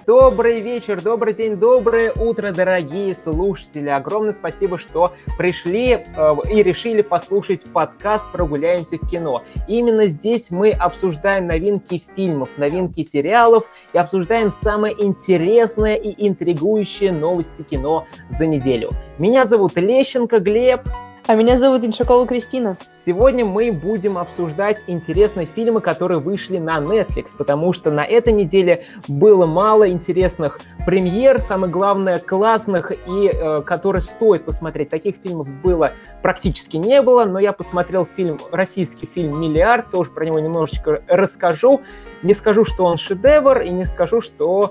Добрый вечер, добрый день, доброе утро, дорогие слушатели. Огромное спасибо, что пришли и решили послушать подкаст «Прогуляемся в кино». Именно здесь мы обсуждаем новинки фильмов, новинки сериалов и обсуждаем самое интересное и интригующее новости кино за неделю. Меня зовут Лещенко Глеб. А меня зовут Иншакова Кристина. Сегодня мы будем обсуждать интересные фильмы, которые вышли на Netflix, потому что на этой неделе было мало интересных премьер, самое главное, классных, и которые стоит посмотреть. Таких фильмов было практически не было, но я посмотрел российский фильм «Миллиард», тоже про него немножечко расскажу. Не скажу, что он шедевр, и не скажу, что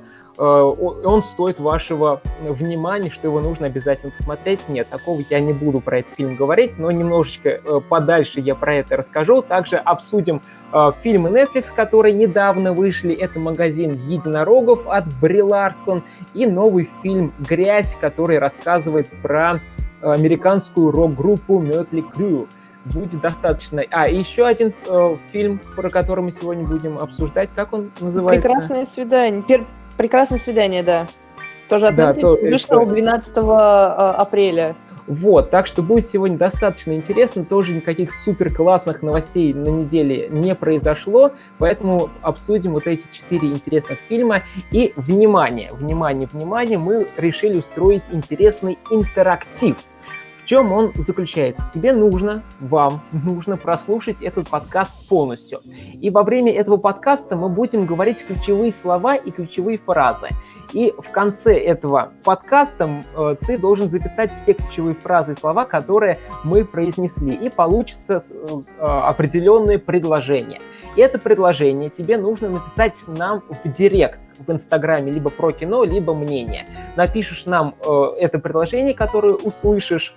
он стоит вашего внимания, что его нужно обязательно посмотреть. Нет, такого я не буду про этот фильм говорить, но немножечко подальше я про это расскажу. Также обсудим фильмы Netflix, которые недавно вышли. Это «Магазин единорогов» от Бри Ларсон и новый фильм «Грязь», который рассказывает про американскую рок-группу Mötley Crüe. Будет достаточно. И еще один фильм, про который мы сегодня будем обсуждать. Как он называется? «Прекрасное свидание». «Прекрасное свидание», да. Тоже от Netflix, вышло 12 апреля. Вот, так что будет сегодня достаточно интересно. Тоже никаких супер классных новостей на неделе не произошло, поэтому обсудим вот эти 4 интересных фильма. И внимание, мы решили устроить интересный интерактив. В чем он заключается? Вам нужно прослушать этот подкаст полностью. И во время этого подкаста мы будем говорить ключевые слова и ключевые фразы. И в конце этого подкаста ты должен записать все ключевые фразы и слова, которые мы произнесли. И получится определенное предложение. И это предложение тебе нужно написать нам в директ в Инстаграме, либо про кино, либо мнение. Напишешь нам это предложение, которое услышишь,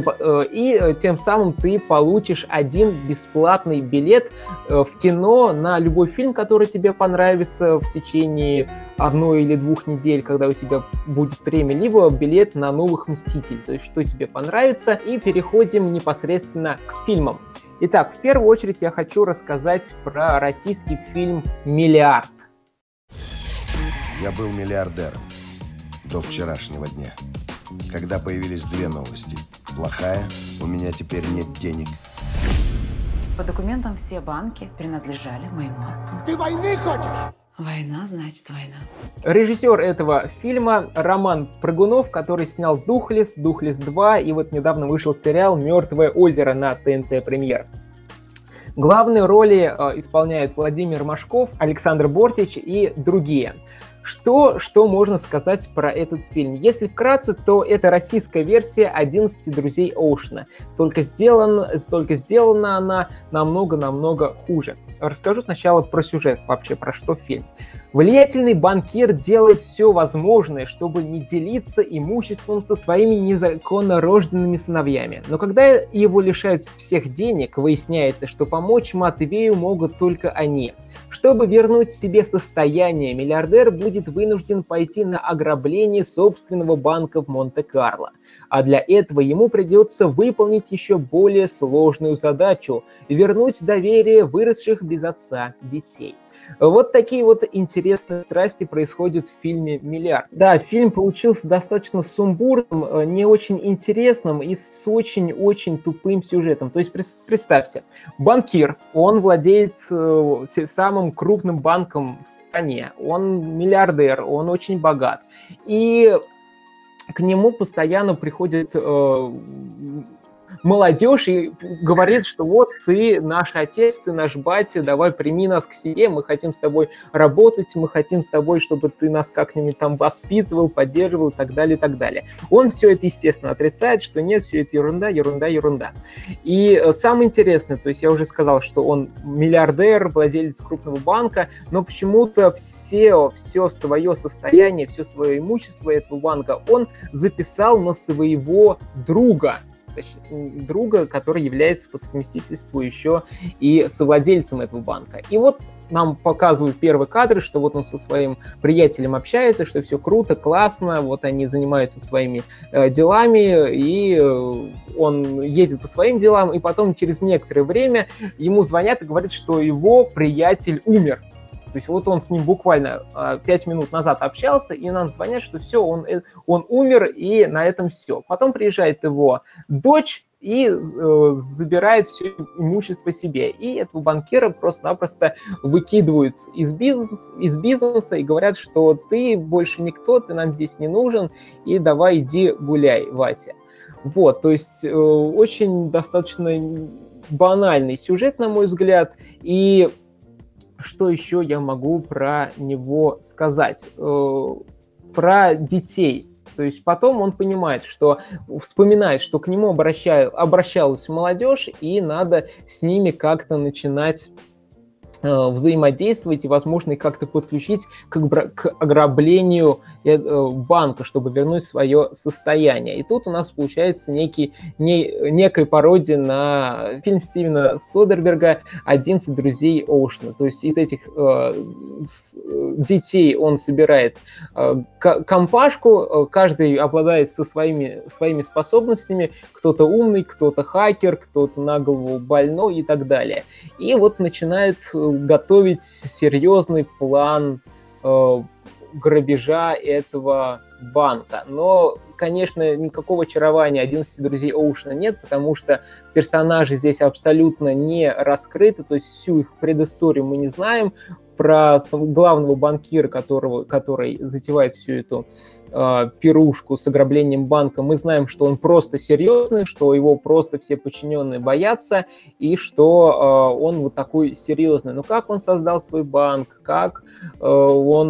и тем самым ты получишь один бесплатный билет в кино на любой фильм, который тебе понравится в течение 1 или 2 недель, когда у тебя будет время, либо билет на «Новых Мстителей», то есть что тебе понравится, и переходим непосредственно к фильмам. Итак, в первую очередь я хочу рассказать про российский фильм «Миллиард». Я был миллиардером до вчерашнего дня, когда появились 2 новости. Плохая, у меня теперь нет денег. По документам все банки принадлежали моему отцу. Ты войны хочешь? Война, значит, война. Режиссер этого фильма Роман Прыгунов, который снял «Духлесс», «Духлесс 2», и вот недавно вышел сериал «Мертвое озеро» на ТНТ Премьер. Главные роли исполняют Владимир Машков, Александр Бортич и другие. Что можно сказать про этот фильм? Если вкратце, то это российская версия «11 друзей Оушена». Только сделана она намного хуже. Расскажу сначала про сюжет, вообще про что фильм. Влиятельный банкир делает все возможное, чтобы не делиться имуществом со своими незаконно рожденными сыновьями. Но когда его лишают всех денег, выясняется, что помочь Матвею могут только они. Чтобы вернуть себе состояние, миллиардер будет вынужден пойти на ограбление собственного банка в Монте-Карло. А для этого ему придется выполнить еще более сложную задачу – вернуть доверие выросших без отца детей. Вот такие вот интересные страсти происходят в фильме «Миллиард». Да, фильм получился достаточно сумбурным, не очень интересным и с очень-очень тупым сюжетом. То есть представьте, банкир, он владеет самым крупным банком в стране, он миллиардер, он очень богат. И к нему постоянно приходит молодежь и говорит, что вот ты наш отец, ты наш батя, давай прими нас к себе, мы хотим с тобой работать, мы хотим с тобой, чтобы ты нас как-нибудь там воспитывал, поддерживал и так далее, и так далее. Он все это, естественно, отрицает, что нет, все это ерунда. И самое интересное, то есть я уже сказал, что он миллиардер, владелец крупного банка, но почему-то все свое состояние, все свое имущество этого банка он записал на своего друга, который является по совместительству еще и совладельцем этого банка. И вот нам показывают первые кадры, что вот он со своим приятелем общается, что все круто, классно, вот они занимаются своими делами, и он едет по своим делам, и потом через некоторое время ему звонят и говорят, что его приятель умер. То есть вот он с ним буквально 5 минут назад общался, и нам звонят, что все, он умер, и на этом все. Потом приезжает его дочь и забирает все имущество себе. И этого банкира просто-напросто выкидывают из бизнеса и говорят, что ты больше никто, ты нам здесь не нужен, и давай иди гуляй, Вася. Вот, то есть очень достаточно банальный сюжет, на мой взгляд, и что еще я могу про него сказать? Про детей. То есть потом он вспоминает, что к нему обращалась молодежь, и надо с ними как-то начинать взаимодействовать и, возможно, их как-то подключить к ограблению банка, чтобы вернуть свое состояние. И тут у нас получается некая пародия на фильм Стивена Содерберга «11 друзей Оушена». То есть из этих детей он собирает компашку, каждый обладает своими способностями, кто-то умный, кто-то хакер, кто-то на голову больной и так далее. И вот начинает готовить серьезный план грабежа этого банка. Но, конечно, никакого очарования 11 друзей Оушена нет, потому что персонажи здесь абсолютно не раскрыты, то есть всю их предысторию мы не знаем. Про главного банкира, который затевает всю эту пирушку с ограблением банка, мы знаем, что он просто серьезный, что его просто все подчиненные боятся, и что он вот такой серьезный. Но как он создал свой банк, какие у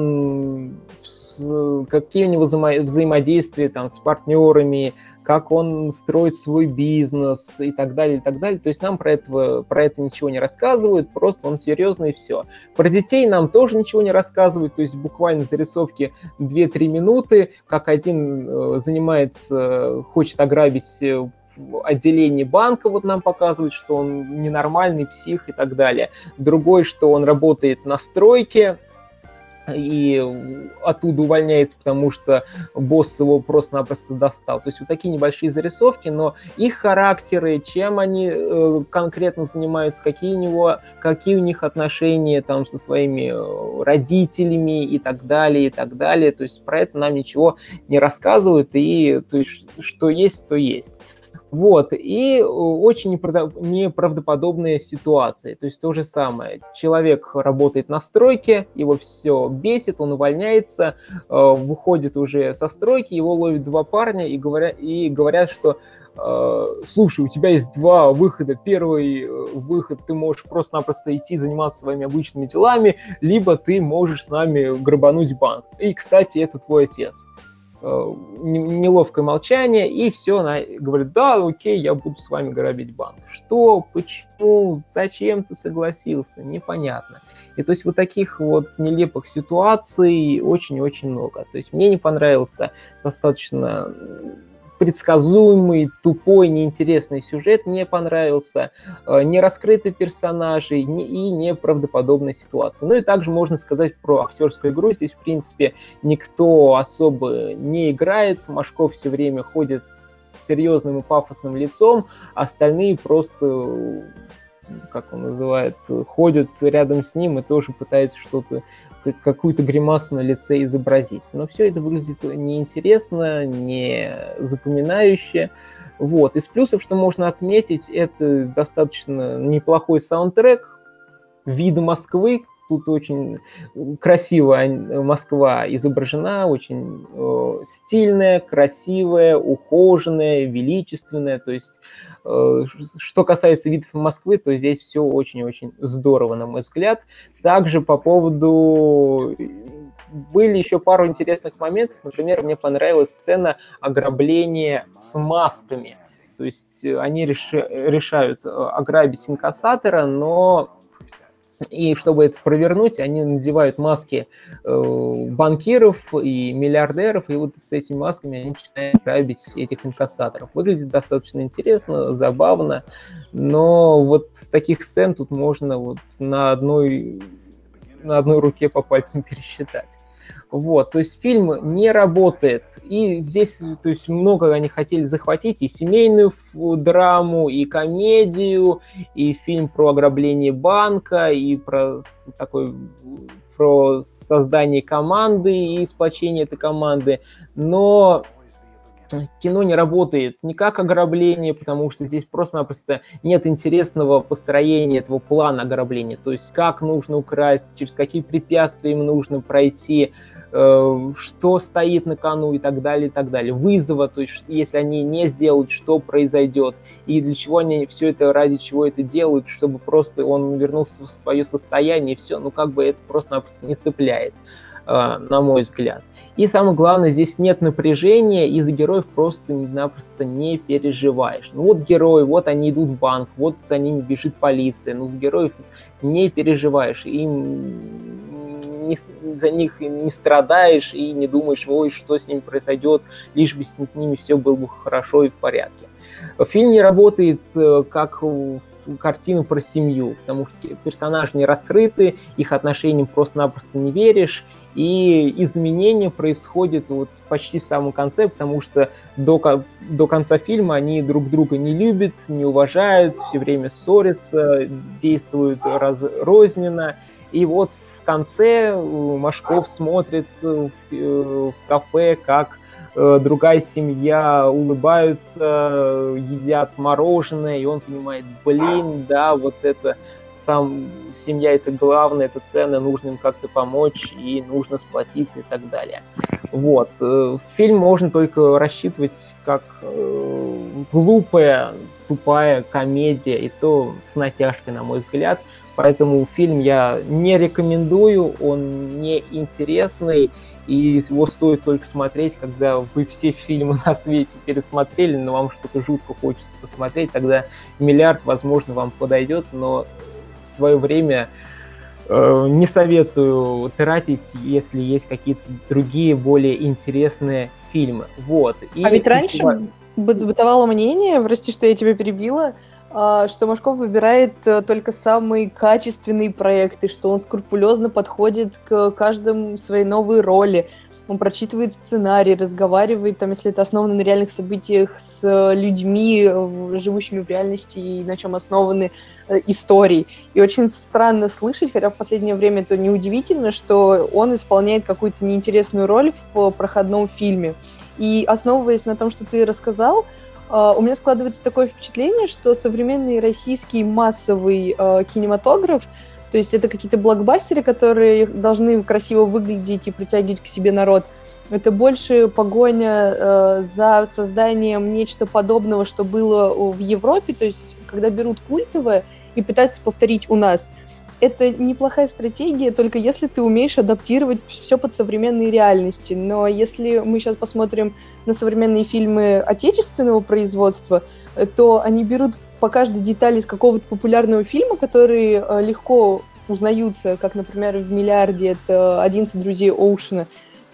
него взаимодействия там с партнерами, как он строит свой бизнес и так далее, и так далее. То есть нам про это ничего не рассказывают, просто он серьезный и все. Про детей нам тоже ничего не рассказывают, то есть буквально зарисовки 2-3 минуты, как один хочет ограбить отделение банка, вот нам показывают, что он ненормальный псих и так далее. Другой, что он работает на стройке, и оттуда увольняется, потому что босс его просто-напросто достал. То есть вот такие небольшие зарисовки, но их характеры, чем они конкретно занимаются, какие у них отношения там со своими родителями и так далее, и так далее. То есть про это нам ничего не рассказывают, и то есть, что есть, то есть. Вот, и очень неправдоподобные ситуации. То есть то же самое. Человек работает на стройке, его все бесит, он увольняется, выходит уже со стройки, его ловят два парня и говорят, что слушай, у тебя есть два выхода. Первый выход, ты можешь просто-напросто идти заниматься своими обычными делами, либо ты можешь с нами грабануть банк. И, кстати, это твой отец. Неловкое молчание, и все, она говорит, да, окей, я буду с вами грабить банк. Что, почему, зачем ты согласился, непонятно. И то есть вот таких вот нелепых ситуаций очень-очень много. То есть мне не понравился достаточно предсказуемый, тупой, неинтересный сюжет, не понравился, не раскрытые персонажи и неправдоподобная ситуация. Ну и также можно сказать про актерскую игру. Здесь, в принципе, никто особо не играет. Машков все время ходит с серьезным и пафосным лицом, а остальные просто, как он называет, ходят рядом с ним и тоже пытаются какую-то гримасу на лице изобразить. Но все это выглядит неинтересно, не запоминающе. Вот. Из плюсов, что можно отметить, это достаточно неплохой саундтрек, виды Москвы. Тут очень красиво Москва изображена, очень стильная, красивая, ухоженная, величественная. То есть, что касается видов Москвы, то здесь все очень-очень здорово, на мой взгляд. Также по поводу... Были еще пару интересных моментов. Например, мне понравилась сцена ограбления с масками. То есть они решают ограбить инкассатора, но... И чтобы это провернуть, они надевают маски банкиров и миллиардеров, и вот с этими масками они начинают грабить этих инкассаторов. Выглядит достаточно интересно, забавно, но вот с таких сцен тут можно вот на одной руке по пальцам пересчитать. Вот, то есть фильм не работает, и здесь, то есть много они хотели захватить и семейную драму, и комедию, и фильм про ограбление банка, и про такой про создание команды и сплочение этой команды, но кино не работает не как ограбление, потому что здесь просто-напросто нет интересного построения этого плана ограбления, то есть как нужно украсть, через какие препятствия им нужно пройти, что стоит на кону и так далее, вызова, то есть если они не сделают, что произойдет, и для чего они все это, ради чего это делают, чтобы просто он вернулся в свое состояние, и все, это просто-напросто не цепляет, на мой взгляд. И самое главное, здесь нет напряжения, и за героев просто-напросто не переживаешь. Герои, они идут в банк, за ними бежит полиция, но за героев не переживаешь, за них не страдаешь и не думаешь, что с ними произойдет, лишь бы с ними все было бы хорошо и в порядке. Фильм не работает как картину про семью, потому что персонажи не раскрыты, их отношениям просто-напросто не веришь, и изменения происходят почти в самом конце, потому что до конца фильма они друг друга не любят, не уважают, все время ссорятся, действуют розненно, и в конце Машков смотрит в кафе, как другая семья улыбаются, едят мороженое, и он понимает, семья это главное, это ценно, нужно им как-то помочь, и нужно сплотиться и так далее. Фильм можно только рассчитывать как глупая, тупая комедия, и то с натяжкой, на мой взгляд. Поэтому фильм я не рекомендую, он не интересный, и его стоит только смотреть, когда вы все фильмы на свете пересмотрели, но вам что-то жутко хочется посмотреть, тогда «Миллиард», возможно, вам подойдет, но в свое время не советую тратить, если есть какие-то другие, более интересные фильмы. Ведь раньше бытовало мнение, прости, что я тебя перебила, что Машков выбирает только самые качественные проекты, что он скрупулезно подходит к каждому своей новой роли. Он прочитывает сценарий, разговаривает, если это основано на реальных событиях, с людьми, живущими в реальности, и на чем основаны истории. И очень странно слышать, хотя в последнее время это неудивительно, что он исполняет какую-то неинтересную роль в проходном фильме. И основываясь на том, что ты рассказал, у меня складывается такое впечатление, что современный российский массовый кинематограф, то есть это какие-то блокбастеры, которые должны красиво выглядеть и притягивать к себе народ, это больше погоня за созданием нечто подобного, что было в Европе, то есть когда берут культовое и пытаются повторить у нас. Это неплохая стратегия, только если ты умеешь адаптировать все под современные реальности. Но если мы сейчас посмотрим на современные фильмы отечественного производства, то они берут по каждой детали из какого-то популярного фильма, которые легко узнаются, как, например, в «Миллиарде» это «11 друзей Оушена».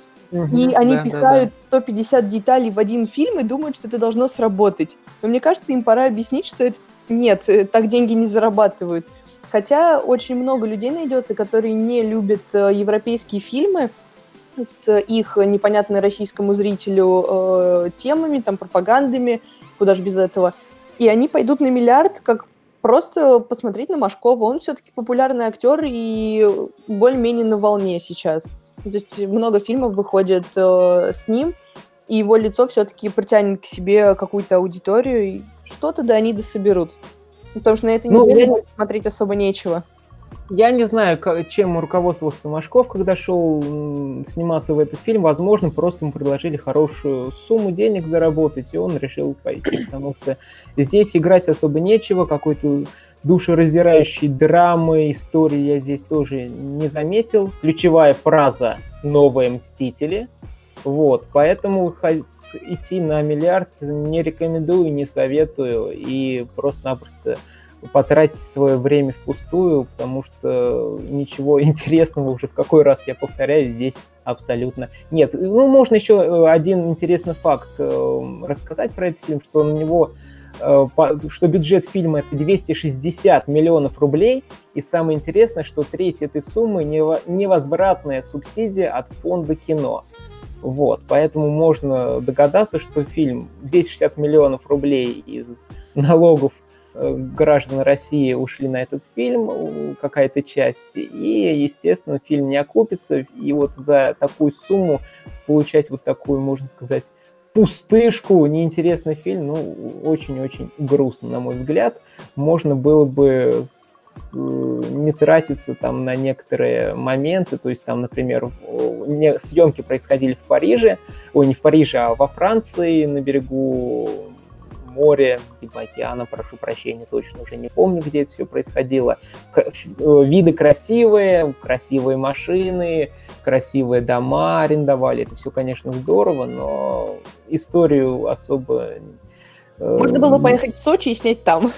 И они пихают 150 деталей в один фильм и думают, что это должно сработать. Но мне кажется, им пора объяснить, что это нет, так деньги не зарабатывают. Хотя очень много людей найдется, которые не любят европейские фильмы с их непонятной российскому зрителю темами, пропагандами, куда же без этого. И они пойдут на «Миллиард» как просто посмотреть на Машкова. Он все-таки популярный актер и более-менее на волне сейчас. То есть много фильмов выходит с ним, и его лицо все-таки притянет к себе какую-то аудиторию, и что-то они дособерут. Потому что на этой неделе смотреть особо нечего. Я не знаю, чем руководствовался Машков, когда шел сниматься в этот фильм. Возможно, просто ему предложили хорошую сумму денег заработать, и он решил пойти, потому что здесь играть особо нечего, какой-то душераздирающей драмы, истории я здесь тоже не заметил. Ключевая фраза «Новые Мстители». Поэтому идти на «Миллиард» не рекомендую, не советую, и просто-напросто потратить свое время впустую, потому что ничего интересного, уже в какой раз я повторяю, здесь абсолютно нет. Можно еще один интересный факт рассказать про этот фильм, что на него, что бюджет фильма это 260 миллионов рублей, и самое интересное, что треть этой суммы невозвратная субсидия от фонда кино. Поэтому можно догадаться, что фильм 260 миллионов рублей из налогов граждан России ушли на этот фильм, какая-то часть, и, естественно, фильм не окупится, и вот за такую сумму получать вот такую, можно сказать, пустышку, неинтересный фильм, ну, очень-очень грустно, на мой взгляд. Можно было бы не тратиться там на некоторые моменты, то есть там, например, съемки происходили в Париже, не в Париже, а во Франции, на берегу моря, типа океана, прошу прощения, точно уже не помню, где это все происходило. Виды красивые, красивые машины, красивые дома арендовали, это все, конечно, здорово, но историю особо... Можно было поехать в Сочи и снять там.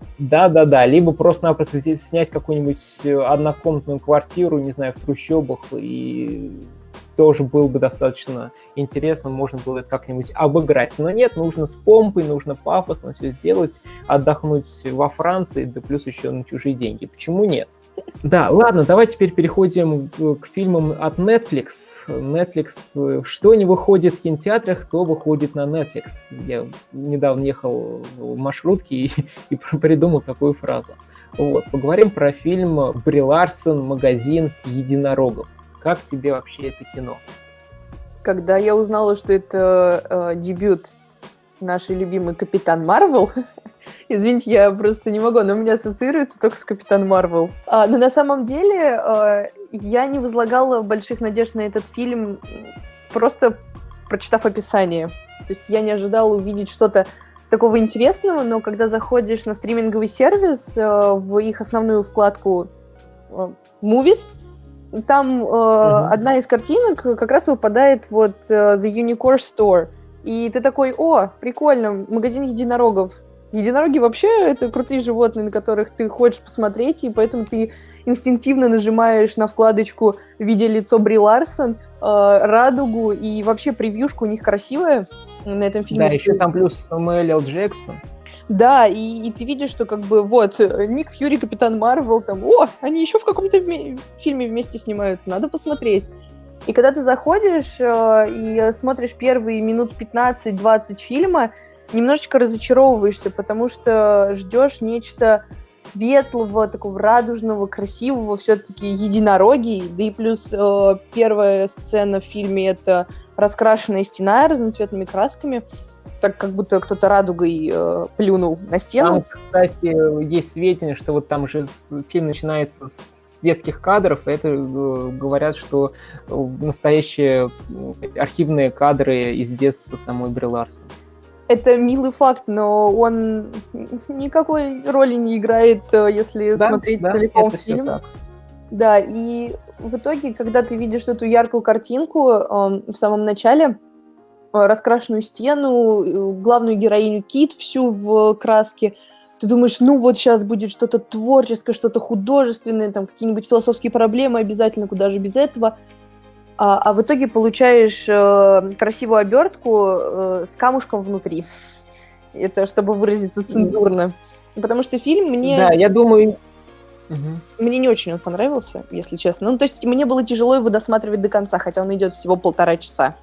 Да, либо просто-напросто снять какую-нибудь однокомнатную квартиру, не знаю, в трущобах, и тоже было бы достаточно интересно, можно было это как-нибудь обыграть. Но нет, нужно с помпой, нужно пафосно все сделать, отдохнуть во Франции, да плюс еще на чужие деньги. Почему нет? Да, ладно, давай теперь переходим к фильмам от Netflix. Netflix, что не выходит в кинотеатрах, то выходит на Netflix. Я недавно ехал в маршрутке и придумал такую фразу. Вот, поговорим про фильм Бри Ларсон «Магазин единорогов». Как тебе вообще это кино? Когда я узнала, что это дебют нашей любимой Капитан Марвел, извините, я просто не могу, но у меня ассоциируется только с Капитан Марвел. Но на самом деле я не возлагала больших надежд на этот фильм, просто прочитав описание. То есть я не ожидала увидеть что-то такого интересного, но когда заходишь на стриминговый сервис, в их основную вкладку Movies, там одна из картинок как раз выпадает вот The Unicorn Store. И ты такой: о, прикольно, магазин единорогов. Единороги вообще это крутые животные, на которых ты хочешь посмотреть, и поэтому ты инстинктивно нажимаешь на вкладочку, видя лицо Бри Ларсон, радугу, и вообще превьюшка у них красивая на этом фильме. Да, еще там плюс Сэмюэл Л. Джексон. Да, и ты видишь, что как бы вот Ник Фьюри, Капитан Марвел, там, о, они еще в каком-то фильме вместе снимаются, надо посмотреть. И когда ты заходишь и смотришь первые минут 15-20 фильма, немножечко разочаровываешься, потому что ждешь нечто светлого, такого радужного, красивого, все-таки единороги, да и плюс первая сцена в фильме — это раскрашенная стена разноцветными красками, так как будто кто-то радугой плюнул на стену. Там, кстати, есть сведения, что вот там же фильм начинается с детских кадров, и это говорят, что настоящие архивные кадры из детства самой Бри Ларсон. Это милый факт, но он никакой роли не играет, если смотреть целиком фильм. Да, и в итоге, когда ты видишь эту яркую картинку в самом начале, раскрашенную стену, главную героиню Кит всю в краске, ты думаешь, ну вот сейчас будет что-то творческое, что-то художественное, там какие-нибудь философские проблемы обязательно, куда же без этого. А в итоге получаешь красивую обертку с камушком внутри. Это чтобы выразиться цензурно. Потому что фильм мне... Да, я думаю... Мне не очень он понравился, если честно. Ну, то есть мне было тяжело его досматривать до конца, хотя он идет всего 1,5 часа.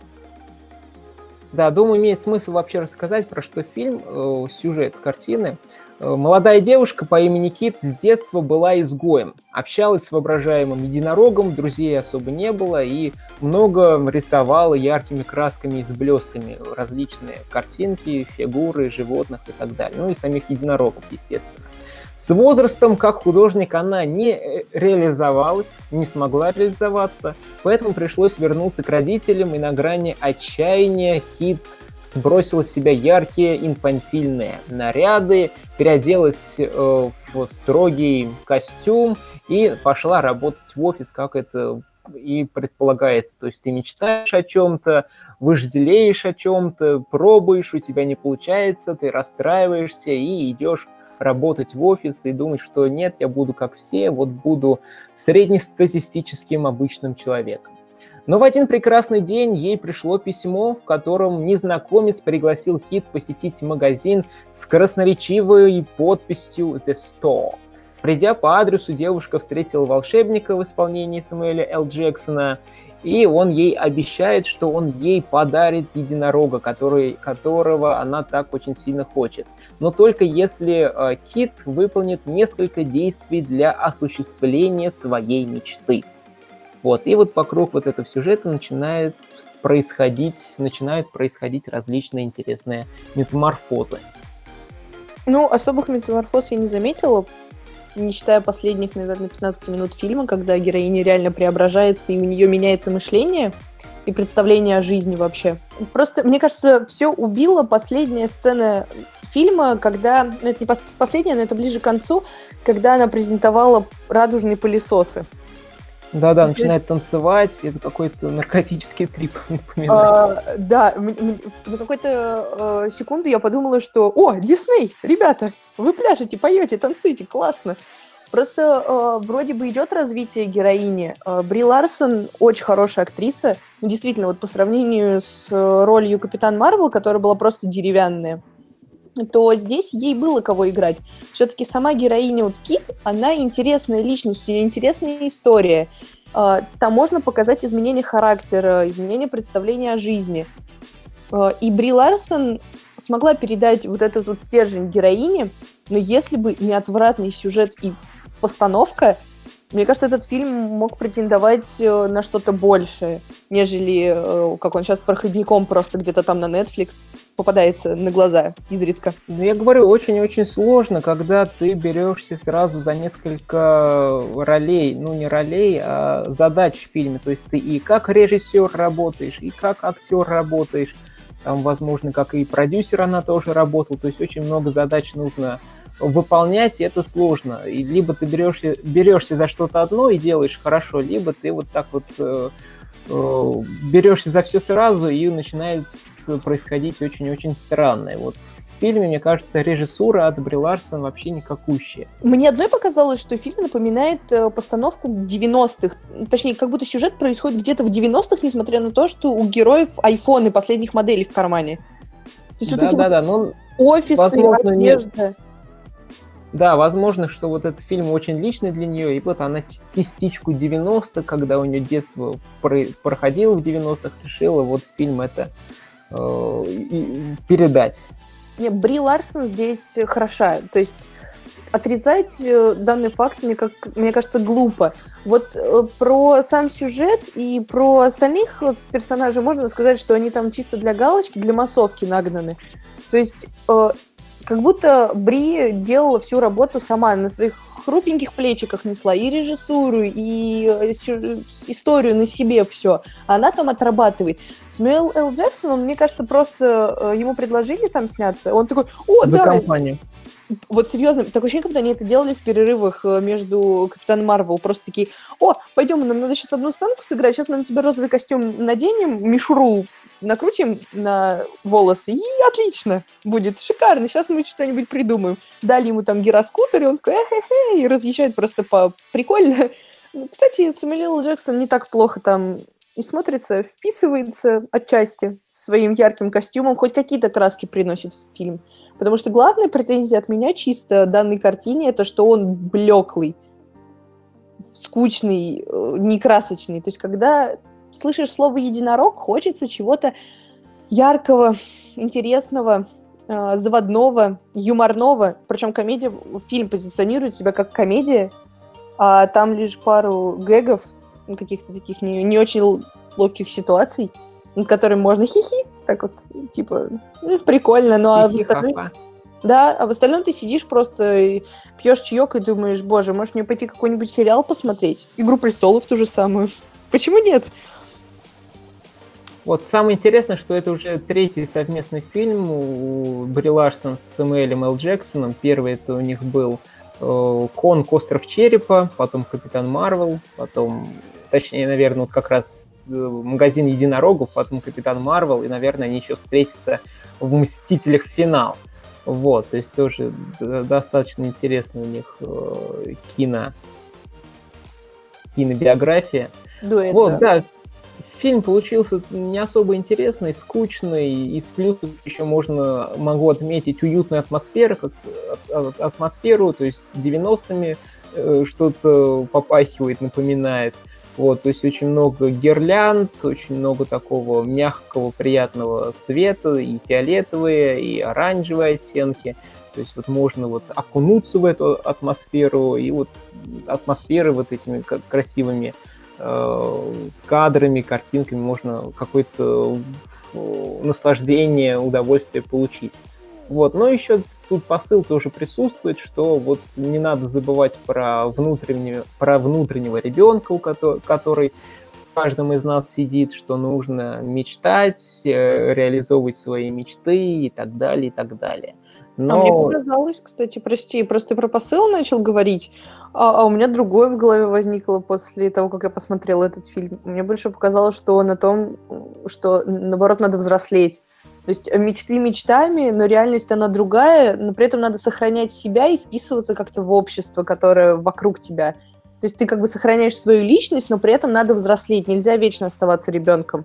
Да, думаю, имеет смысл вообще рассказать, про что фильм, сюжет картины. Молодая девушка по имени Кит с детства была изгоем. Общалась с воображаемым единорогом, друзей особо не было, и много рисовала яркими красками и с блестками различные картинки, фигуры животных и так далее. Ну и самих единорогов, естественно. С возрастом, как художник, она не реализовалась, не смогла реализоваться, поэтому пришлось вернуться к родителям, и на грани отчаяния Кит сбросила с себя яркие инфантильные наряды, переоделась в строгий костюм и пошла работать в офис, как это и предполагается. То есть ты мечтаешь о чем-то, вожделеешь о чем-то, пробуешь, у тебя не получается, ты расстраиваешься и идешь работать в офис и думать, что нет, я буду как все, вот буду среднестатистическим обычным человеком. Но в один прекрасный день ей пришло письмо, в котором незнакомец пригласил Кит посетить магазин с красноречивой подписью «The Store». Придя по адресу, девушка встретила волшебника в исполнении Сэмюэля Л. Джексона, и он ей обещает, что он ей подарит единорога, которого она так очень сильно хочет. Но только если Кит выполнит несколько действий для осуществления своей мечты. Вот. И вот вокруг вот этого сюжета начинают происходить различные интересные метаморфозы. Ну, особых метаморфоз я не заметила, не считая последних, наверное, 15 минут фильма, когда героиня реально преображается, и у нее меняется мышление и представление о жизни вообще. Просто, мне кажется, все убила последняя сцена фильма, когда... Ну, это не последняя, но это ближе к концу, когда она презентовала радужные пылесосы. Да-да, начинает танцевать, это какой-то наркотический трип, напоминает. Да, на какую-то секунду я подумала, что «О, Дисней, ребята, вы пляшете, поете, танцуете, классно!» Просто вроде бы идет развитие героини. Бри Ларсон очень хорошая актриса. Ну, действительно, вот по сравнению с ролью Капитан Марвел, которая была просто деревянная, то здесь ей было кого играть. Все-таки сама героиня вот Кит, она интересная личность, у нее интересная история. Там можно показать изменение характера, изменение представления о жизни. И Бри Ларсон смогла передать вот этот вот стержень героини, но если бы не отвратный сюжет и постановка, мне кажется, этот фильм мог претендовать на что-то большее, нежели как он сейчас проходником просто где-то там на Netflix попадается на глаза изредка. Ну, я говорю, очень-очень сложно, когда ты берешься сразу за несколько ролей, ну, не ролей, а задач в фильме. То есть ты и как режиссер работаешь, и как актер работаешь. Там, возможно, как и продюсер она тоже работала. То есть очень много задач нужно выполнять, и это сложно. И либо ты берешься за что-то одно и делаешь хорошо, либо ты вот так вот берешься за все сразу, и начинает происходить очень-очень странное. Вот в фильме, мне кажется, режиссура от Бри Ларсон вообще никакущая. Мне одной показалось, что фильм напоминает постановку 90-х. Точнее, как будто сюжет происходит где-то в 90-х, несмотря на то, что у героев айфоны последних моделей в кармане. То есть да, ну, офисы, возможно, одежда. Да, возможно, что вот этот фильм очень личный для нее, и вот она частичку 90-х, когда у нее детство проходило в 90-х, решила вот фильм это передать. Не, Бри Ларсон здесь хороша. То есть отрицать данный факт, мне кажется, глупо. Вот про сам сюжет и про остальных персонажей можно сказать, что они там чисто для галочки, для массовки нагнаны. То есть как будто Бри делала всю работу сама, на своих хрупеньких плечиках несла и режиссуру, и историю на себе все. А она там отрабатывает. Сэмюэл Л. Джексон, мне кажется, просто ему предложили там сняться. Он такой, о, За да! компанию. Вот серьезно, такое ощущение, как будто они это делали в перерывах между Капитан Марвел. Просто такие, о, пойдем, нам надо сейчас одну сценку сыграть, сейчас мы на тебя розовый костюм наденем, мишуру накрутим на волосы, и отлично будет, шикарно, сейчас мы что-нибудь придумаем. Дали ему там гироскутер, и он такой, и разъезжает просто прикольно. Кстати, Сэмюэл Л. Джексон не так плохо там и смотрится, вписывается отчасти своим ярким костюмом, хоть какие-то краски приносит в фильм. Потому что главная претензия от меня чисто данной картине — это что он блеклый, скучный, некрасочный. То есть когда слышишь слово «единорог», хочется чего-то яркого, интересного, заводного, юморного. Причем фильм позиционирует себя как комедия, а там лишь пару гэгов, каких-то таких не очень ловких ситуаций, над которыми можно хихи, так вот, типа, прикольно, но а в остальном ты сидишь просто и пьешь чаек и думаешь, боже, может мне пойти какой-нибудь сериал посмотреть? «Игру престолов» ту же самую. Почему нет? Вот самое интересное, что это уже третий совместный фильм у Бри Ларсон с Сэмюэлем Л. Джексоном. Первый это у них был «Конг. Остров черепа», потом «Капитан Марвел», потом, точнее, наверное, вот как раз «Магазин единорогов», потом «Капитан Марвел», и, наверное, они еще встретятся в «Мстителях. Финал». Вот, то есть тоже достаточно интересная у них кинобиография. Дуэт, вот, да. фильм получился не особо интересный, скучный, и с плюсов еще могу отметить уютную атмосферу, то есть 90-ми что-то попахивает, напоминает. Вот, то есть очень много гирлянд, очень много такого мягкого, приятного света, и фиолетовые, и оранжевые оттенки. То есть вот можно вот окунуться в эту атмосферу, и вот атмосферы вот этими красивыми кадрами, картинками можно какое-то наслаждение, удовольствие получить. Вот. Но еще тут посыл тоже присутствует, что вот не надо забывать про внутреннего ребенка, который в каждом из нас сидит, что нужно мечтать, реализовывать свои мечты и так далее, и так далее. Но... мне показалось, кстати, прости, просто про посыл начал говорить, а у меня другое в голове возникло после того, как я посмотрела этот фильм. Мне больше показалось, что он о том, что, наоборот, надо взрослеть. То есть мечты мечтами, но реальность, она другая, но при этом надо сохранять себя и вписываться как-то в общество, которое вокруг тебя. То есть ты как бы сохраняешь свою личность, но при этом надо взрослеть. Нельзя вечно оставаться ребенком.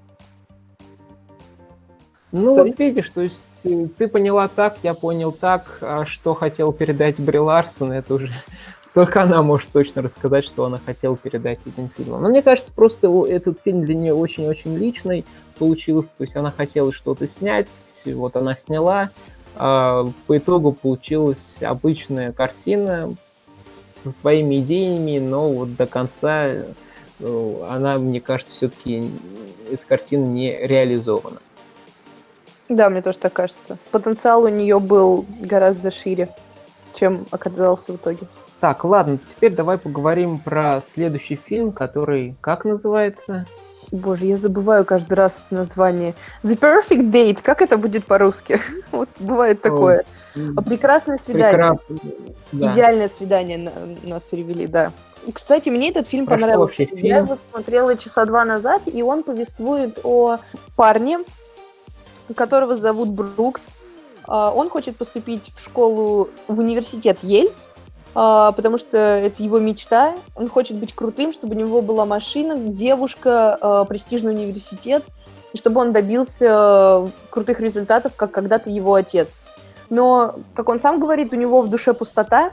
Ну, вот видишь, то есть ты поняла так, я понял так, а что хотел передать Бри Ларсон, это уже только она может точно рассказать, что она хотела передать этим фильмом. Но мне кажется, просто этот фильм для нее очень-очень личный получился, то есть она хотела что-то снять, вот она сняла, а по итогу получилась обычная картина со своими идеями, но вот до конца она, мне кажется, все-таки эта картина не реализована. Да, мне тоже так кажется. Потенциал у нее был гораздо шире, чем оказался в итоге. Так, ладно, теперь давай поговорим про следующий фильм, который как называется? Боже, я забываю каждый раз это название. The Perfect Date, как это будет по-русски? Вот бывает такое. Прекрасное свидание. Да. Идеальное свидание нас перевели, да. Кстати, мне этот фильм понравился. Я его смотрела часа 2 назад, и он повествует о парне, которого зовут Брукс. Он хочет поступить в университет Йельц, потому что это его мечта. Он хочет быть крутым, чтобы у него была машина, девушка, престижный университет, и чтобы он добился крутых результатов, как когда-то его отец. Но, как он сам говорит, у него в душе пустота,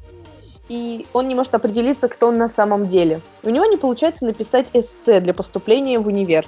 и он не может определиться, кто он на самом деле. У него не получается написать эссе для поступления в универ.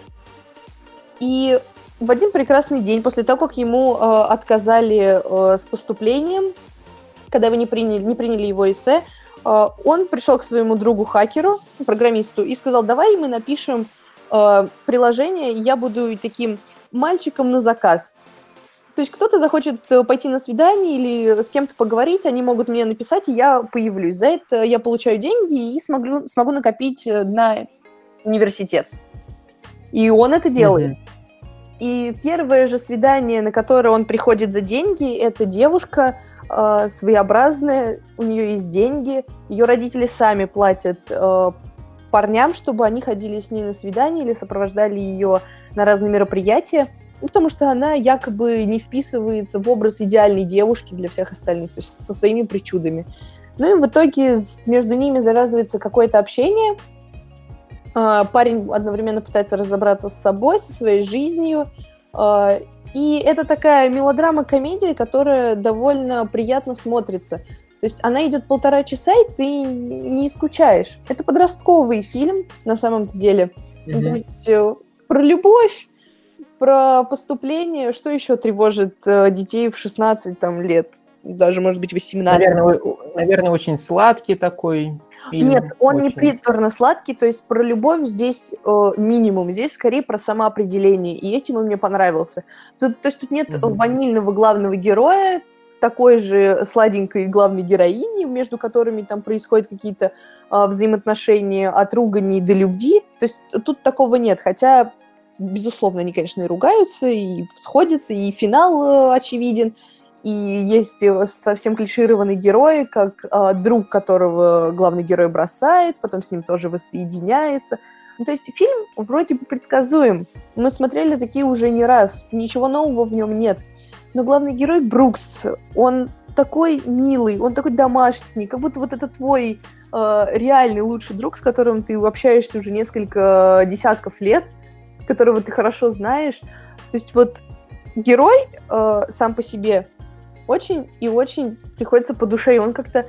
И в один прекрасный день, после того, как ему отказали с поступлением, когда вы не приняли его эссе, он пришел к своему другу-хакеру, программисту, и сказал: давай мы напишем приложение, и я буду таким мальчиком на заказ. То есть кто-то захочет пойти на свидание или с кем-то поговорить, они могут мне написать, и я появлюсь. За это я получаю деньги и смогу накопить на университет. И он это делает. И первое же свидание, на которое он приходит за деньги, это девушка своеобразная, у нее есть деньги, ее родители сами платят парням, чтобы они ходили с ней на свидание или сопровождали ее на разные мероприятия, потому что она якобы не вписывается в образ идеальной девушки для всех остальных, то есть со своими причудами. Ну и в итоге между ними завязывается какое-то общение. Парень одновременно пытается разобраться с собой, со своей жизнью. И это такая мелодрама-комедия, которая довольно приятно смотрится. То есть она идет 1,5 часа, и ты не скучаешь. Это подростковый фильм, на самом-то деле. То есть про любовь, про поступление. Что еще тревожит детей в 16 лет? Даже, может быть, 18. Наверное, очень сладкий такой фильм. Нет, он не приторно-сладкий, то есть про любовь здесь минимум, здесь скорее про самоопределение, и этим он мне понравился. То есть тут нет ванильного главного героя, такой же сладенькой главной героини, между которыми там происходят какие-то взаимоотношения от ругани до любви, то есть тут такого нет, хотя, безусловно, они, конечно, и ругаются, и сходятся, и финал очевиден. И есть совсем клишированный герой, как друг, которого главный герой бросает, потом с ним тоже воссоединяется. Ну, то есть фильм вроде бы предсказуем. Мы смотрели такие уже не раз, ничего нового в нем нет. Но главный герой Брукс, он такой милый, он такой домашний, как будто вот это твой реальный лучший друг, с которым ты общаешься уже несколько десятков лет. которого ты хорошо знаешь. То есть вот герой сам по себе очень и очень приходится по душе, и он как-то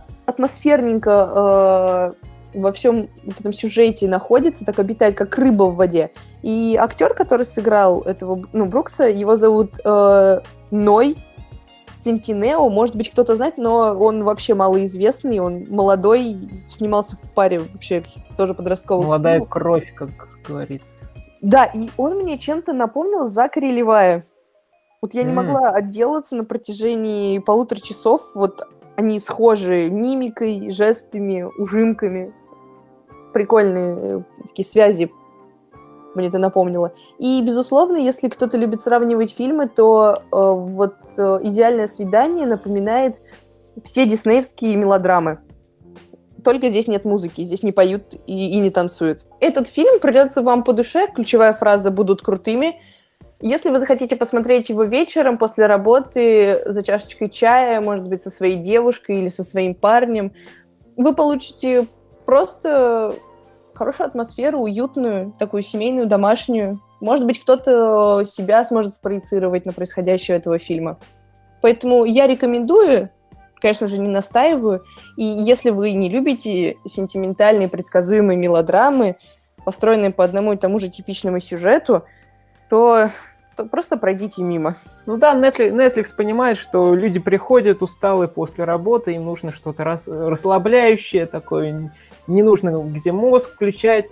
атмосферненько во всем вот этом сюжете находится, так обитает, как рыба в воде. И актер, который сыграл этого, Брукса, его зовут Ной Сентинео. Может быть, кто-то знает, но он вообще малоизвестный, он молодой, снимался в паре вообще тоже подростковых. Молодая кровь, как говорится. Да, и он мне чем-то напомнил Закари Левая. Вот я не могла отделаться на протяжении 1,5 часов. Вот они схожи мимикой, жестами, ужимками. Прикольные такие связи мне это напомнило. И, безусловно, если кто-то любит сравнивать фильмы, то «Идеальное свидание» напоминает все диснеевские мелодрамы. Только здесь нет музыки, здесь не поют и не танцуют. Этот фильм придется вам по душе, ключевая фраза «будут крутыми». Если вы захотите посмотреть его вечером после работы за чашечкой чая, может быть, со своей девушкой или со своим парнем, вы получите просто хорошую атмосферу, уютную, такую семейную, домашнюю. Может быть, кто-то себя сможет спроецировать на происходящее этого фильма. Поэтому я рекомендую, конечно же, не настаиваю. И если вы не любите сентиментальные, предсказуемые мелодрамы, построенные по одному и тому же типичному сюжету, то просто пройдите мимо. Ну да, Netflix понимает, что люди приходят усталые после работы, им нужно что-то расслабляющее такое, не нужно где мозг включать,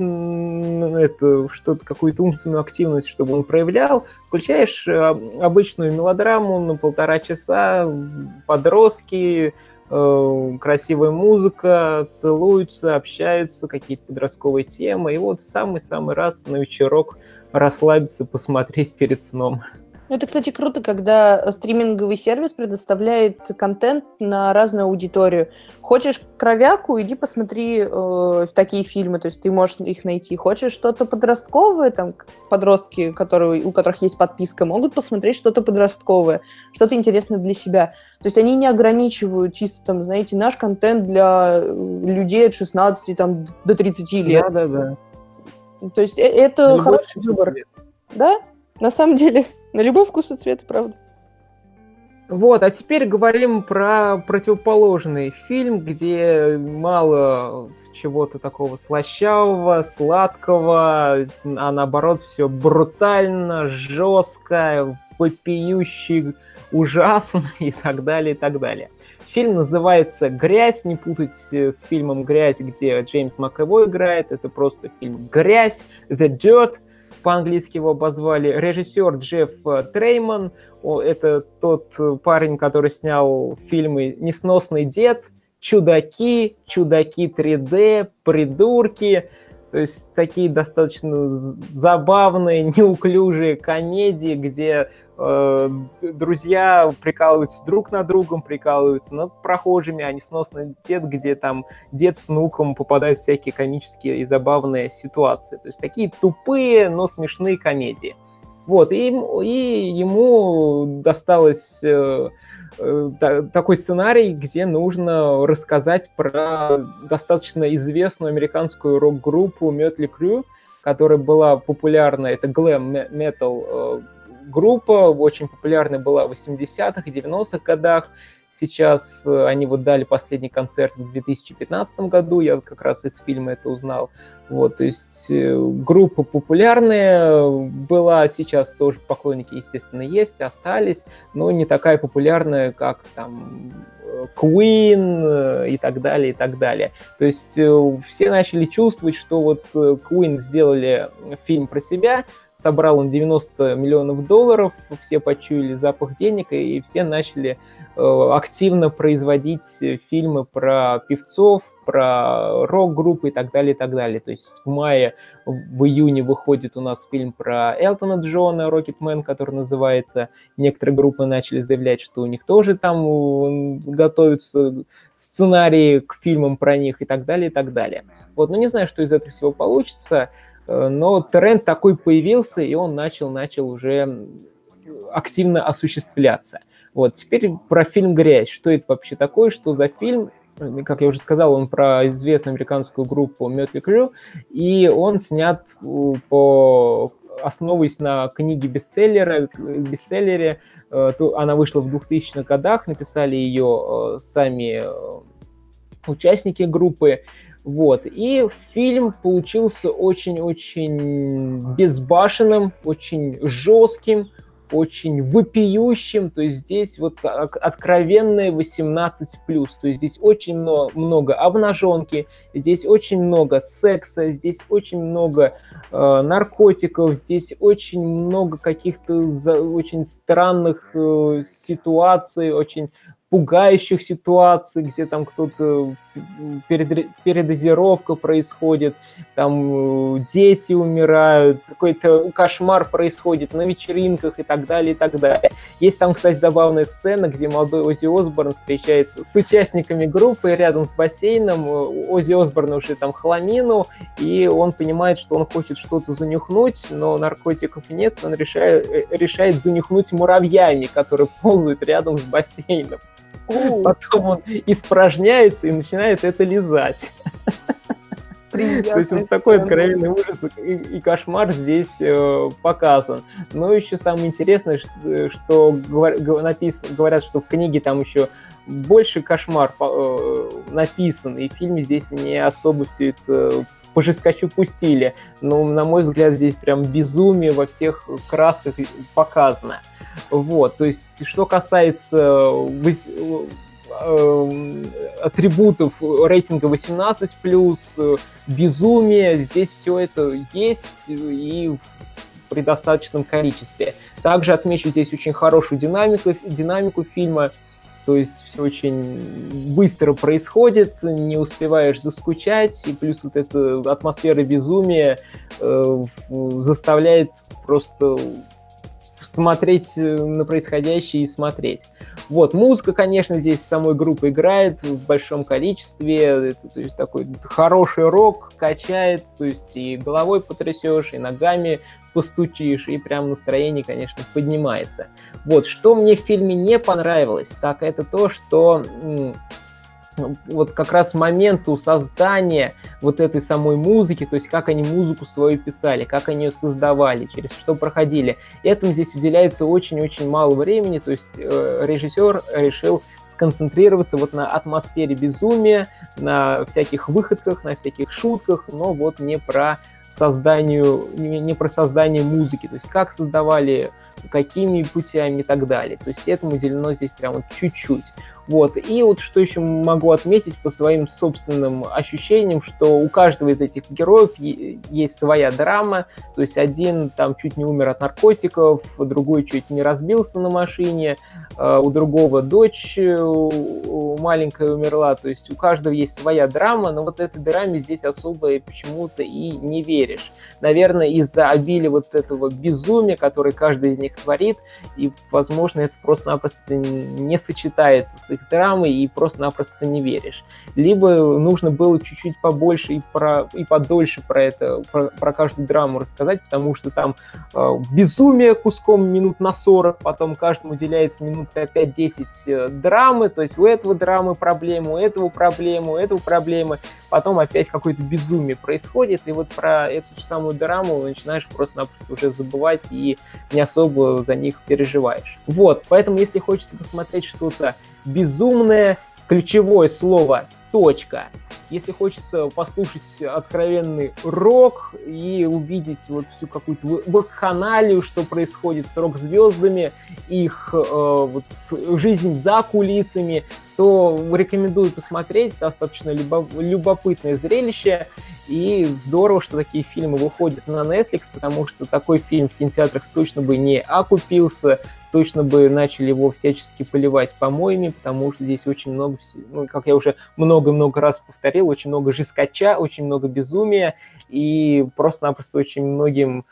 что-то, какую-то умственную активность, чтобы он проявлял. Включаешь обычную мелодраму на 1,5 часа, подростки, красивая музыка, целуются, общаются, какие-то подростковые темы. И вот самый-самый раз на вечерок расслабиться, посмотреть перед сном. Это, кстати, круто, когда стриминговый сервис предоставляет контент на разную аудиторию. Хочешь кровяку, иди посмотри в такие фильмы, то есть ты можешь их найти. Хочешь что-то подростковое, там подростки, у которых есть подписка, могут посмотреть что-то подростковое, что-то интересное для себя. То есть они не ограничивают чисто, там, знаете, наш контент для людей от 16 там, до 30 лет. Да. То есть это хороший выбор. Да, на самом деле, на любой вкус и цвет, правда. Вот, а теперь говорим про противоположный фильм, где мало чего-то такого слащавого, сладкого, а наоборот все брутально, жестко, вопиюще, ужасно и так далее, и так далее. Фильм называется «Грязь», не путать с фильмом «Грязь», где Джеймс Макэвой играет, это просто фильм «Грязь», «The Dirt», по-английски его обозвали. Режиссер Джефф Трейман, это тот парень, который снял фильмы «Несносный дед», «Чудаки», «Чудаки 3D», «Придурки», то есть такие достаточно забавные, неуклюжие комедии, где друзья прикалываются друг над другом, прикалываются над прохожими, а «Несносный дед», где там дед с внуком попадают в всякие комические и забавные ситуации. То есть такие тупые, но смешные комедии. Вот, и ему досталось такой сценарий, где нужно рассказать про достаточно известную американскую рок-группу Mötley Crüe, которая была популярна, это глэм-метал группа, очень популярная была в 80-х и 90-х годах. Сейчас они вот дали последний концерт в 2015 году, я как раз из фильма это узнал. Вот, то есть группа популярная была, сейчас тоже поклонники, естественно, есть, остались, но не такая популярная, как там Queen и так далее, и так далее. То есть все начали чувствовать, что вот Queen сделали фильм про себя, собрал он $90 миллионов, все почуяли запах денег, и все начали активно производить фильмы про певцов, про рок-группы и так далее, и так далее. То есть в мае, в июне выходит у нас фильм про Элтона Джона, Rocketman, который называется. Некоторые группы начали заявлять, что у них тоже там готовятся сценарии к фильмам про них и так далее, и так далее. Вот, ну не знаю, что из этого всего получится, но тренд такой появился, и он начал уже активно осуществляться. Вот, теперь про фильм «Грязь». Что это вообще такое, что за фильм? Как я уже сказал, он про известную американскую группу Mötley Crüe, и он снят по основываясь на книге бестселлере, она вышла в 2000-х годах, написали ее сами участники группы. Вот. И фильм получился очень-очень безбашенным, очень жестким, очень вопиющим, то есть здесь вот откровенные 18+, то есть здесь очень много обнаженки, здесь очень много секса, здесь очень много наркотиков, здесь очень много каких-то очень странных ситуаций, очень пугающих ситуаций, где там кто-то передозировка происходит, там дети умирают, какой-то кошмар происходит на вечеринках и так далее, и так далее. Есть там, кстати, забавная сцена, где молодой Оззи Осборн встречается с участниками группы рядом с бассейном. Оззи Осборн уже там хламину, и он понимает, что он хочет что-то занюхнуть, но наркотиков нет, он решает занюхнуть муравьями, которые ползают рядом с бассейном. Потом он испражняется и начинает это лизать. То есть вот такой откровенный ужас и кошмар здесь показан. Но еще самое интересное, что говорят, что в книге там еще больше кошмар написан, и в фильме здесь не особо все это по жесткачу пустили. Но, на мой взгляд, здесь прям безумие во всех красках показано. Вот, то есть, что касается атрибутов рейтинга 18+, безумие, здесь все это есть и в предостаточном количестве. Также отмечу здесь очень хорошую динамику фильма, то есть все очень быстро происходит, не успеваешь заскучать, и плюс вот эта атмосфера безумия заставляет просто смотреть на происходящее и смотреть. Вот, музыка, конечно, здесь самой группы играет в большом количестве, это, то есть такой хороший рок качает, то есть и головой потрясешь, и ногами постучишь, и прям настроение, конечно, поднимается. Вот, что мне в фильме не понравилось, так это то, что вот как раз моменту создания вот этой самой музыки, то есть как они музыку свою писали, как они ее создавали, через что проходили. Этому здесь уделяется очень-очень мало времени, то есть режиссер решил сконцентрироваться вот на атмосфере безумия, на всяких выходках, на всяких шутках, но вот не про создание музыки, то есть как создавали, какими путями и так далее. То есть этому уделено здесь прям вот чуть-чуть. Вот. И вот что еще могу отметить по своим собственным ощущениям, что у каждого из этих героев есть своя драма, то есть один там чуть не умер от наркотиков, другой чуть не разбился на машине, у другого дочь маленькая умерла, то есть у каждого есть своя драма, но вот этой драме здесь особо почему-то и не веришь. Наверное, из-за обилия вот этого безумия, которое каждый из них творит, и, возможно, это просто-напросто не сочетается с их драмой и просто-напросто не веришь. Либо нужно было чуть-чуть побольше и подольше про каждую драму рассказать, потому что там безумие куском минут на 40, потом каждому уделяется минут 5-10 драмы, то есть у этого драмы проблемы, у этого проблемы, потом опять какое-то безумие происходит, и вот про эту же самую драму начинаешь просто-напросто уже забывать и не особо за них переживаешь. Вот, поэтому если хочется посмотреть что-то безумное, ключевое слово «точка». Если хочется послушать откровенный рок и увидеть вот всю какую-то вакханалию, что происходит с рок-звездами, их вот, жизнь за кулисами, то рекомендую посмотреть. Достаточно любопытное зрелище. И здорово, что такие фильмы выходят на Netflix, потому что такой фильм в кинотеатрах точно бы не окупился, точно бы начали его всячески поливать помоями, потому что здесь очень много, ну, как я уже много-много раз повторил, очень много жесткача, очень много безумия, и просто-напросто очень многим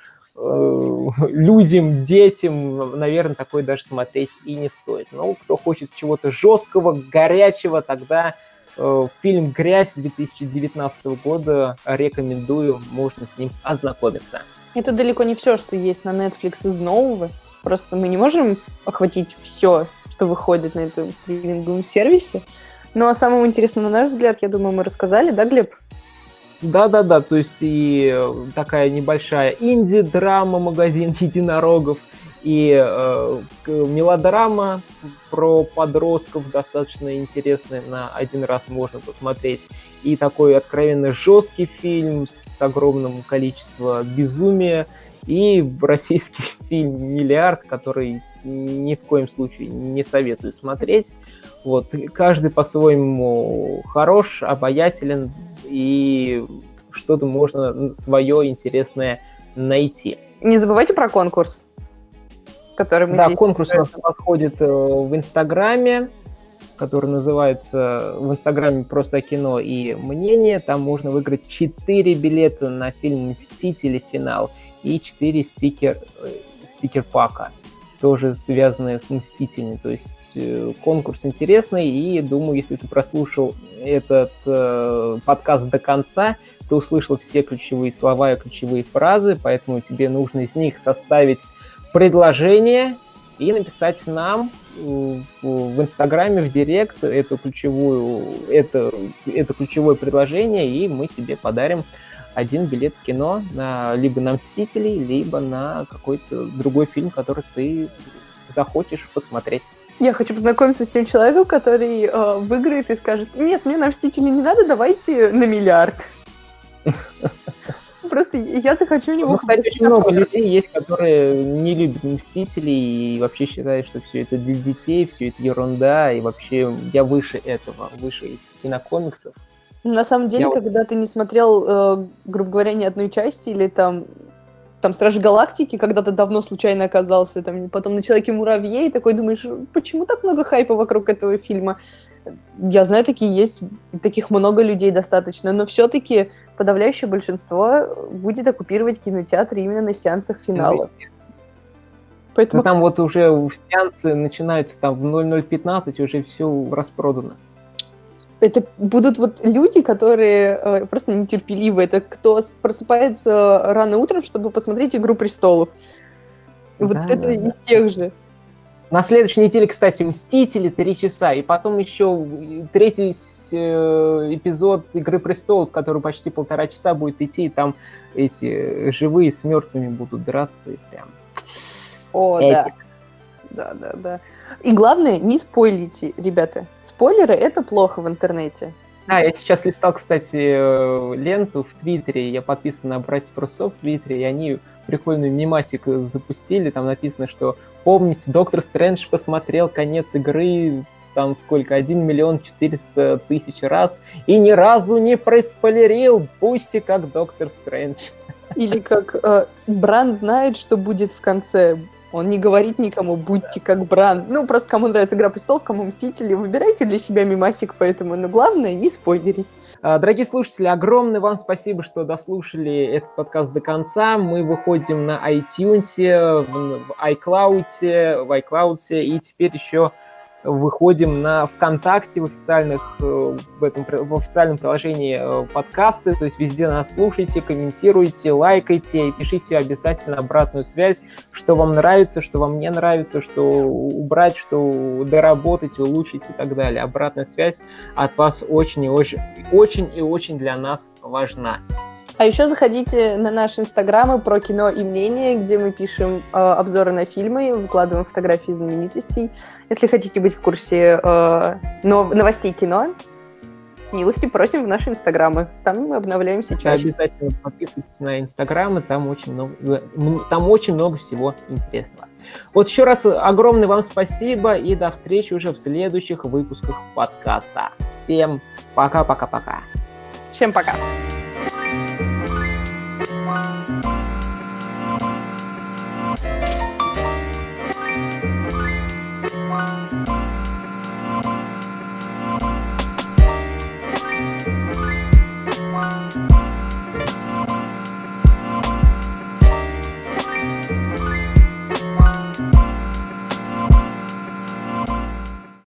людям, детям, наверное, такое даже смотреть и не стоит. Но кто хочет чего-то жесткого, горячего, тогда фильм «Грязь» 2019 года рекомендую, можно с ним ознакомиться. Это далеко не все, что есть на Netflix из нового. Просто мы не можем охватить все, что выходит на этом стриминговом сервисе. Ну, а самым интересным, на наш взгляд, я думаю, мы рассказали, да, Глеб? Да-да-да, то есть и такая небольшая инди-драма, магазин единорогов, и мелодрама про подростков достаточно интересная, на один раз можно посмотреть, и такой откровенно жесткий фильм с огромным количеством безумия, и российский фильм «Миллиард», который ни в коем случае не советую смотреть. Вот. Каждый по-своему хорош, обаятелен, и что-то можно свое интересное найти. Не забывайте про конкурс, который мы Да, здесь... конкурс у нас проходит в Инстаграме, который называется в Инстаграме «Просто кино и мнение». Там можно выиграть 4 билета на фильм «Мстители. Финал» и 4 стикер-пака, тоже связанные с «Мстителями». То есть конкурс интересный, и думаю, если ты прослушал этот подкаст до конца, ты услышал все ключевые слова и ключевые фразы, поэтому тебе нужно из них составить предложение и написать нам в Инстаграме, в Директ это ключевое предложение, и мы тебе подарим 1 билет в кино либо на «Мстителей», либо на какой-то другой фильм, который ты захочешь посмотреть. Я хочу познакомиться с тем человеком, который выиграет и скажет: нет, мне на «Мстители» не надо, давайте на «Миллиард». Просто я захочу у него... Кстати, очень много людей есть, которые не любят «Мстителей» и вообще считают, что все это для детей, все это ерунда, и вообще я выше этого, выше кинокомиксов. На самом деле, когда ты не смотрел, грубо говоря, ни одной части, или там «Стражи Галактики», когда ты давно случайно оказался, потом на «Человеке-муравье», и такой думаешь, почему так много хайпа вокруг этого фильма? Я знаю, такие есть, таких много людей достаточно, но все-таки подавляющее большинство будет оккупировать кинотеатры именно на сеансах финала. Поэтому... там вот уже сеансы начинаются там в 00:15, уже все распродано. Это будут вот люди, которые просто нетерпеливы. Это кто просыпается рано утром, чтобы посмотреть «Игру престолов». Вот это из тех же. На следующей неделе, кстати, «Мстители» 3 часа, и потом еще 3-й эпизод «Игры престолов», который почти 1,5 часа будет идти, и там эти живые с мертвыми будут драться. И прям... О, да. Да. И главное, не спойлите, ребята. Спойлеры — это плохо в интернете. Да, я сейчас листал, кстати, ленту в Твиттере, я подписан на «Братьев Руссо» в Твиттере, и они прикольный мемасик запустили, там написано, что помните, Доктор Стрэндж посмотрел конец игры там сколько, 1 400 000 раз и ни разу не проспойлерил, будьте как Доктор Стрэндж. Или как Бран знает, что будет в конце. Он не говорит никому, будьте как Бран. Ну, просто кому нравится «Игра престолов», кому «Мстители», выбирайте для себя мемасик, поэтому, но главное, не спойлерить. Дорогие слушатели, огромное вам спасибо, что дослушали этот подкаст до конца. Мы выходим на iTunes, в iCloud, и теперь еще выходим на ВКонтакте в официальном приложении подкасты, то есть везде нас слушайте, комментируйте, лайкайте и пишите обязательно обратную связь, что вам нравится, что вам не нравится, что убрать, что доработать, улучшить и так далее. Обратная связь от вас очень и очень для нас важна. А еще заходите на наши инстаграмы «Про кино и мнение», где мы пишем обзоры на фильмы, выкладываем фотографии знаменитостей. Если хотите быть в курсе новостей кино, милости просим в наши инстаграмы. Там мы обновляемся чаще. Обязательно подписывайтесь на инстаграмы, там очень много всего интересного. Вот еще раз огромное вам спасибо и до встречи уже в следующих выпусках подкаста. Всем пока-пока-пока. Всем пока.